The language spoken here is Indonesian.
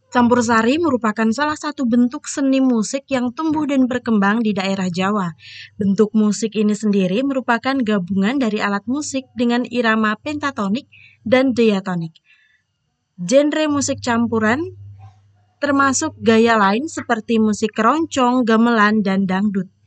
Campursari merupakan salah satu bentuk seni musik yang tumbuh dan berkembang di daerah Jawa. Bentuk musik ini sendiri merupakan gabungan dari alat musik dengan irama pentatonik dan diatonik. Genre musik campuran termasuk gaya lain seperti musik keroncong, gamelan, dan dangdut.